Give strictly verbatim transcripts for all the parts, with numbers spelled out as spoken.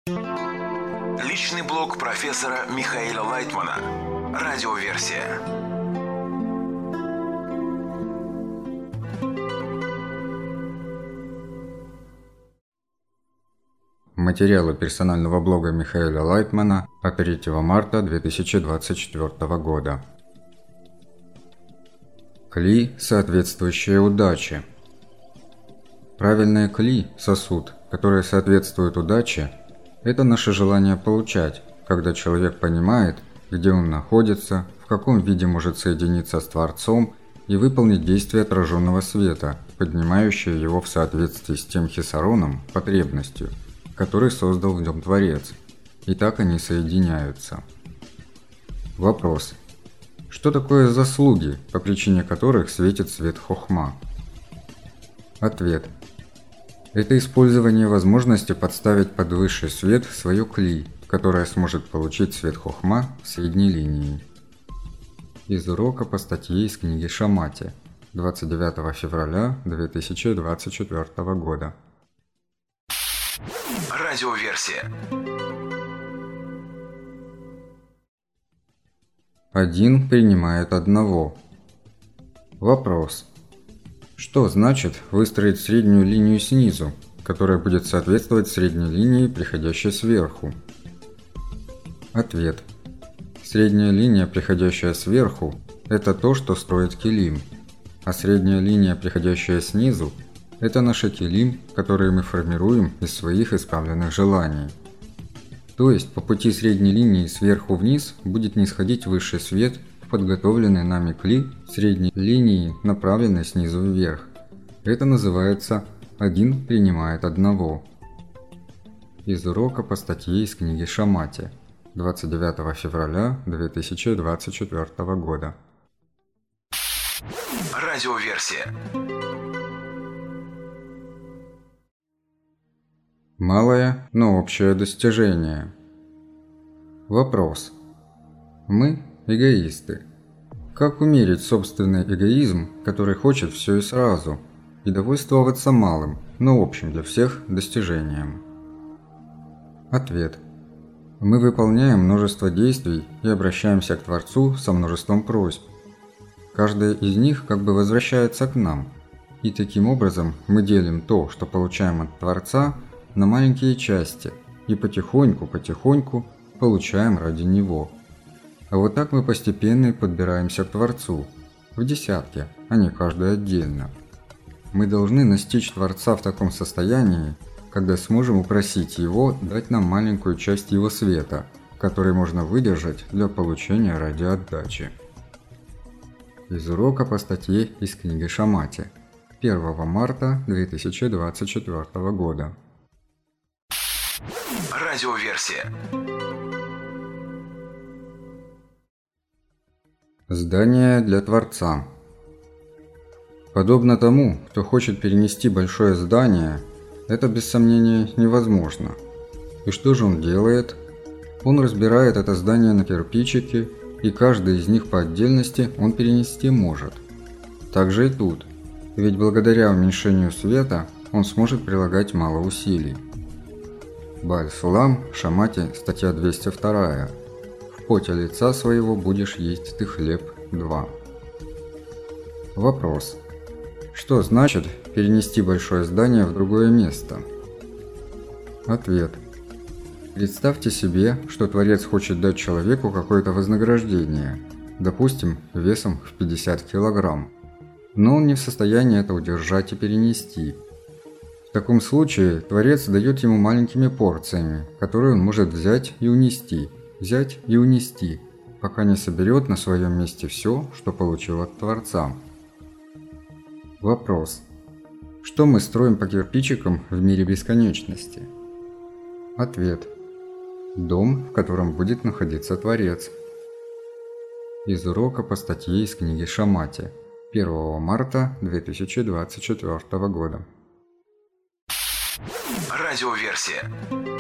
Личный блог профессора Михаила Лайтмана. Радиоверсия. Материалы персонального блога Михаила Лайтмана от третьего марта две тысячи двадцать четвёртого года. Кли, соответствующие удаче. Правильное кли, сосуд, который соответствует удаче, это наше желание получать, когда человек понимает, где он находится, в каком виде может соединиться с Творцом и выполнить действие отраженного света, поднимающее его в соответствии с тем хисароном, потребностью, который создал в нем Творец, и так они соединяются. Вопрос. Что такое заслуги, по причине которых светит свет хохма? Ответ. Это использование возможности подставить под высший свет свое кли, которое сможет получить свет хохма в средней линии. Из урока по статье из книги Шамати, двадцать девятого февраля две тысячи двадцать четвёртого года. Радиоверсия. Один принимает одного. Вопрос. Что значит выстроить среднюю линию снизу, которая будет соответствовать средней линии, приходящей сверху? Ответ. Средняя линия, приходящая сверху, это то, что строит килим, а средняя линия, приходящая снизу, это наши килим, которые мы формируем из своих исправленных желаний. То есть по пути средней линии сверху вниз будет нисходить высший свет в подготовленный нами кли средней линии, направленной снизу вверх. Это называется «один принимает одного». Из урока по статье из книги Шамати, двадцать девятого февраля две тысячи двадцать четвёртого года. Радиоверсия. Малое, но общее достижение. Вопрос. Мы эгоисты. Как умерить собственный эгоизм, который хочет все и сразу, и довольствоваться малым, но общим для всех достижением? Ответ. Мы выполняем множество действий и обращаемся к Творцу со множеством просьб. Каждая из них как бы возвращается к нам, и таким образом мы делим то, что получаем от Творца, на маленькие части и потихоньку-потихоньку получаем ради Него. А вот так мы постепенно подбираемся к Творцу, в десятки, а не каждый отдельно. Мы должны настичь Творца в таком состоянии, когда сможем упросить Его дать нам маленькую часть Его света, который можно выдержать для получения ради отдачи. Из урока по статье из книги Шамати, первого марта две тысячи двадцать четвёртого года. Радиоверсия. Здание для Творца. Подобно тому, кто хочет перенести большое здание, это без сомнения невозможно. И что же он делает? Он разбирает это здание на кирпичики, и каждый из них по отдельности он перенести может. Так же и тут, ведь благодаря уменьшению света он сможет прилагать мало усилий. Бааль-Сулам, Шамати, статья двести два. В поте лица своего будешь есть ты хлеб. два. Вопрос. Что значит перенести большое здание в другое место? Ответ. Представьте себе, что Творец хочет дать человеку какое-то вознаграждение, допустим, весом в пятьдесят килограмм, но он не в состоянии это удержать и перенести. В таком случае Творец дает ему маленькими порциями, которые он может взять и унести, взять и унести, пока не соберет на своем месте все, что получил от Творца. Вопрос. Что мы строим по кирпичикам в мире бесконечности? Ответ. Дом, в котором будет находиться Творец. Из урока по статье из книги Шамати, первого марта две тысячи двадцать четвёртого года. Радиоверсия.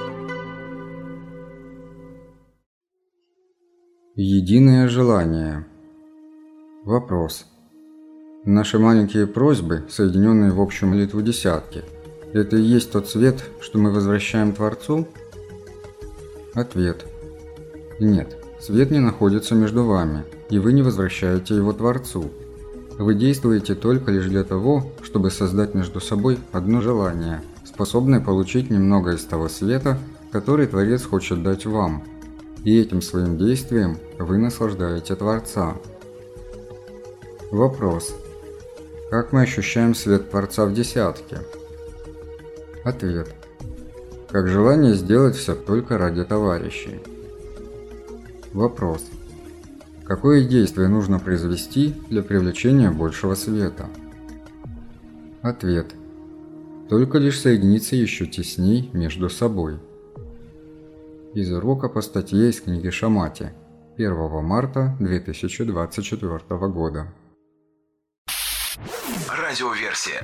Единое желание. Вопрос. Наши маленькие просьбы, соединенные в общую молитву десятки, это и есть тот свет, что мы возвращаем Творцу? Ответ. Нет, свет не находится между вами, и вы не возвращаете его Творцу. Вы действуете только лишь для того, чтобы создать между собой одно желание, способное получить немного из того света, который Творец хочет дать вам. И этим своим действием вы наслаждаете Творца. Вопрос. Как мы ощущаем свет Творца в десятке? Ответ. Как желание сделать все только ради товарищей. Вопрос. Какое действие нужно произвести для привлечения большего света? Ответ. Только лишь соединиться еще тесней между собой. Из урока по статье из книги Шамати первого марта две тысячи двадцать четвёртого года. Радиоверсия.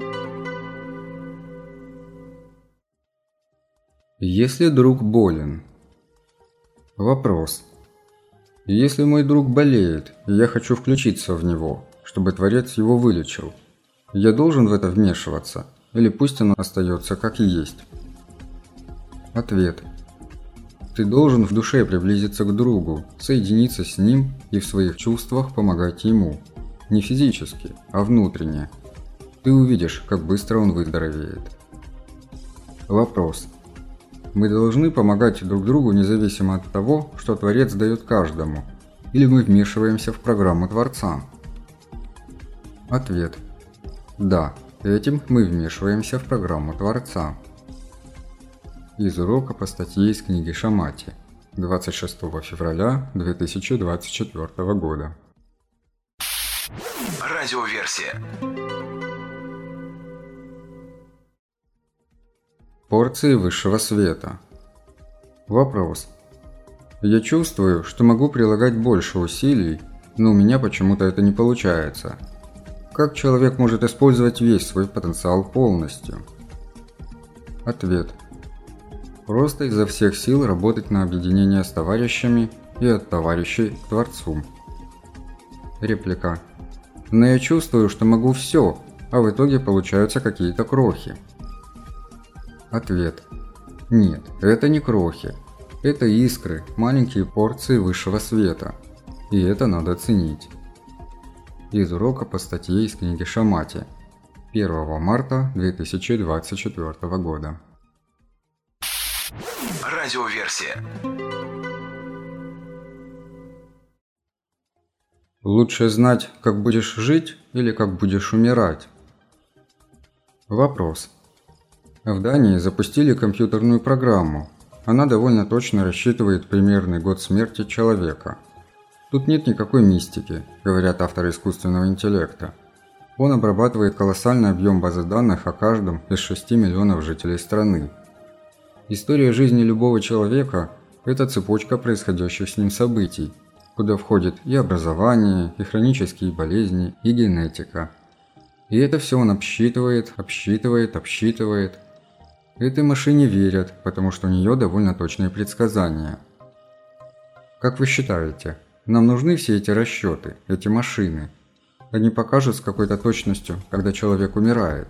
Если друг болен. Вопрос. Если мой друг болеет, и я хочу включиться в него, чтобы Творец его вылечил, я должен в это вмешиваться, или пусть оно остается как и есть? Ответ. Ты должен в душе приблизиться к другу, соединиться с ним и в своих чувствах помогать ему. Не физически, а внутренне. Ты увидишь, как быстро он выздоровеет. Вопрос. Мы должны помогать друг другу независимо от того, что Творец дает каждому, или мы вмешиваемся в программу Творца? Ответ. Да, этим мы вмешиваемся в программу Творца. Из урока по статье из книги Шамати двадцать шестого февраля две тысячи двадцать четвёртого года. Радиоверсия. Порции высшего света. Вопрос. Я чувствую, что могу прилагать больше усилий, но у меня почему-то это не получается. Как человек может использовать весь свой потенциал полностью? Ответ. Просто изо всех сил работать на объединение с товарищами и от товарищей к Творцу. Реплика. Но я чувствую, что могу все, а в итоге получаются какие-то крохи. Ответ. Нет, это не крохи. Это искры, маленькие порции высшего света. И это надо ценить. Из урока по статье из книги Шамати первого марта две тысячи двадцать четвёртого года. Радиоверсия. Лучше знать, как будешь жить или как будешь умирать? Вопрос. В Дании запустили компьютерную программу. Она довольно точно рассчитывает примерный год смерти человека. Тут нет никакой мистики, говорят авторы искусственного интеллекта. Он обрабатывает колоссальный объем базы данных о каждом из шести миллионов жителей страны. История жизни любого человека – это цепочка происходящих с ним событий, куда входит и образование, и хронические болезни, и генетика. И это все он обсчитывает, обсчитывает, обсчитывает. Этой машине верят, потому что у нее довольно точные предсказания. Как вы считаете, нам нужны все эти расчеты, эти машины? Они покажут с какой-то точностью, когда человек умирает?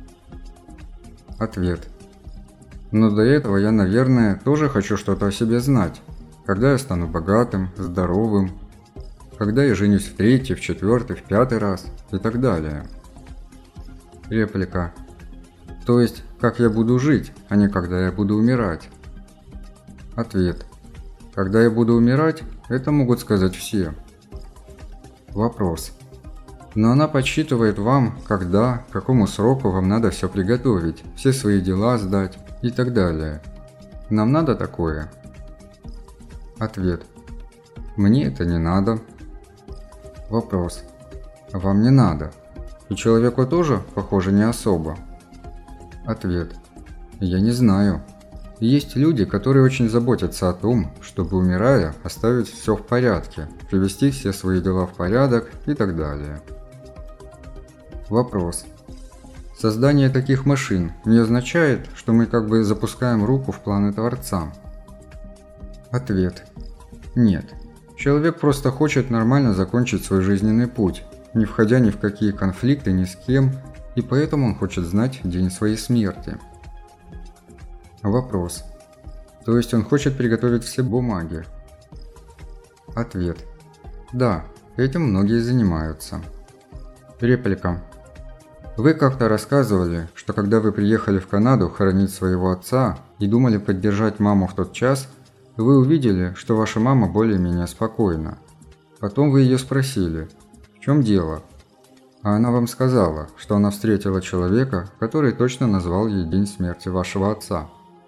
Ответ. Но до этого я, наверное, тоже хочу что-то о себе знать. Когда я стану богатым, здоровым, когда я женюсь в третий, в четвертый, в пятый раз и так далее. Реплика. То есть, как я буду жить, а не когда я буду умирать? Ответ. Когда я буду умирать, это могут сказать все. Вопрос. Но она подсчитывает вам, когда, к какому сроку вам надо все приготовить, все свои дела сдать и так далее. Нам надо такое? Ответ. Мне это не надо. Вопрос. Вам не надо. И человеку тоже, похоже, не особо. Ответ. Я не знаю. Есть люди, которые очень заботятся о том, чтобы, умирая, оставить все в порядке, привести все свои дела в порядок и так далее. Вопрос. Создание таких машин не означает, что мы как бы запускаем руку в планы Творца? Ответ. Нет. Человек просто хочет нормально закончить свой жизненный путь, не входя ни в какие конфликты ни с кем, и поэтому он хочет знать день своей смерти. Вопрос. То есть он хочет приготовить все бумаги? Ответ. Да, этим многие занимаются. Реплика. Вы как-то рассказывали, что когда вы приехали в Канаду хоронить своего отца и думали поддержать маму в тот час, вы увидели, что ваша мама более-менее спокойна. Потом вы ее спросили, в чем дело? А она вам сказала, что она встретила человека, который точно назвал ей день смерти вашего отца.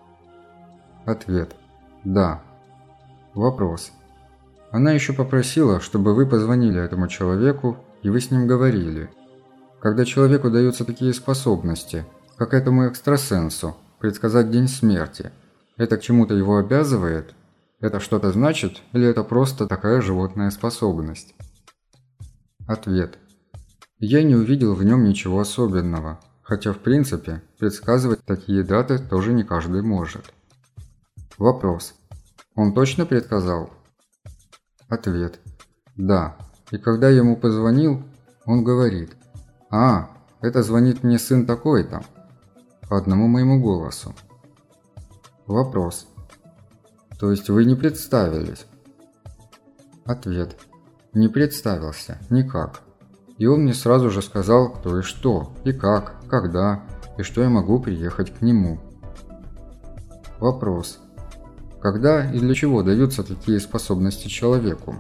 Ответ. Да. Вопрос. Она еще попросила, чтобы вы позвонили этому человеку, и вы с ним говорили. Когда человеку даются такие способности, как этому экстрасенсу, предсказать день смерти, это к чему-то его обязывает? Это что-то значит, или это просто такая животная способность? Ответ. Я не увидел в нем ничего особенного, хотя в принципе предсказывать такие даты тоже не каждый может. Вопрос. Он точно предсказал? Ответ. Да. И когда я ему позвонил, он говорит: «А, это звонит мне сын такой-то», по одному моему голосу. Вопрос. То есть вы не представились? Ответ. Не представился, никак. И он мне сразу же сказал, кто и что, и как, когда, и что я могу приехать к нему. Вопрос. Когда и для чего даются такие способности человеку?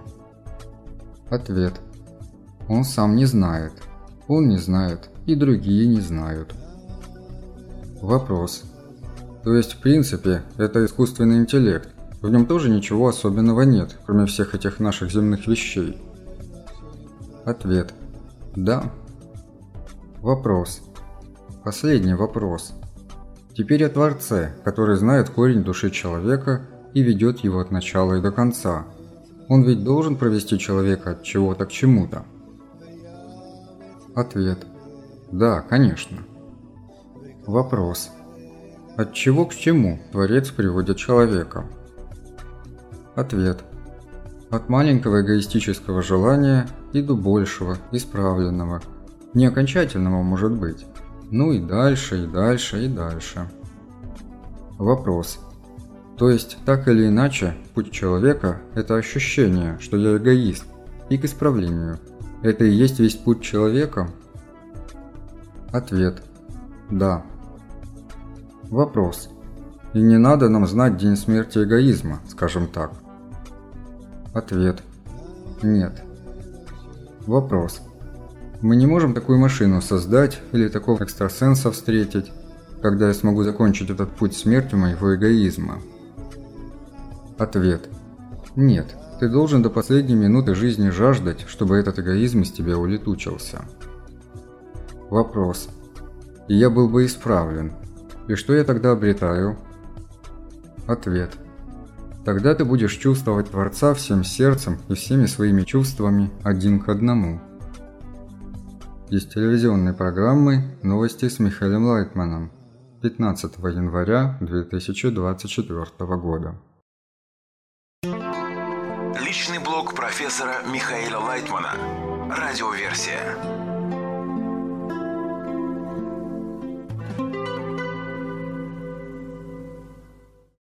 Ответ. Он сам не знает. Он не знает, и другие не знают. Вопрос. То есть, в принципе, это искусственный интеллект. В нем тоже ничего особенного нет, кроме всех этих наших земных вещей. Ответ. Да. Вопрос. Последний вопрос. Теперь о Творце, который знает корень души человека и ведет его от начала и до конца. Он ведь должен провести человека от чего-то к чему-то. Ответ. Да, конечно. Вопрос. От чего к чему Творец приводит человека? Ответ. От маленького эгоистического желания и до большего, исправленного. Не окончательного, может быть. Ну и дальше, и дальше, и дальше. Вопрос. То есть, так или иначе, путь человека – это ощущение, что я эгоист, и к исправлению. Это и есть весь путь человека? Ответ. Да. Вопрос. И не надо нам знать день смерти эгоизма, скажем так. Ответ. Нет. Вопрос. Мы не можем такую машину создать или такого экстрасенса встретить, когда я смогу закончить этот путь смерти моего эгоизма? Ответ. Нет. Ты должен до последней минуты жизни жаждать, чтобы этот эгоизм из тебя улетучился. Вопрос. И я был бы исправлен. И что я тогда обретаю? Ответ. Тогда ты будешь чувствовать Творца всем сердцем и всеми своими чувствами один к одному. Из телевизионной программы «Новости с Михаилом Лайтманом» пятнадцатого января две тысячи двадцать четвёртого года. Личный блог профессора Михаила Лайтмана. Радиоверсия.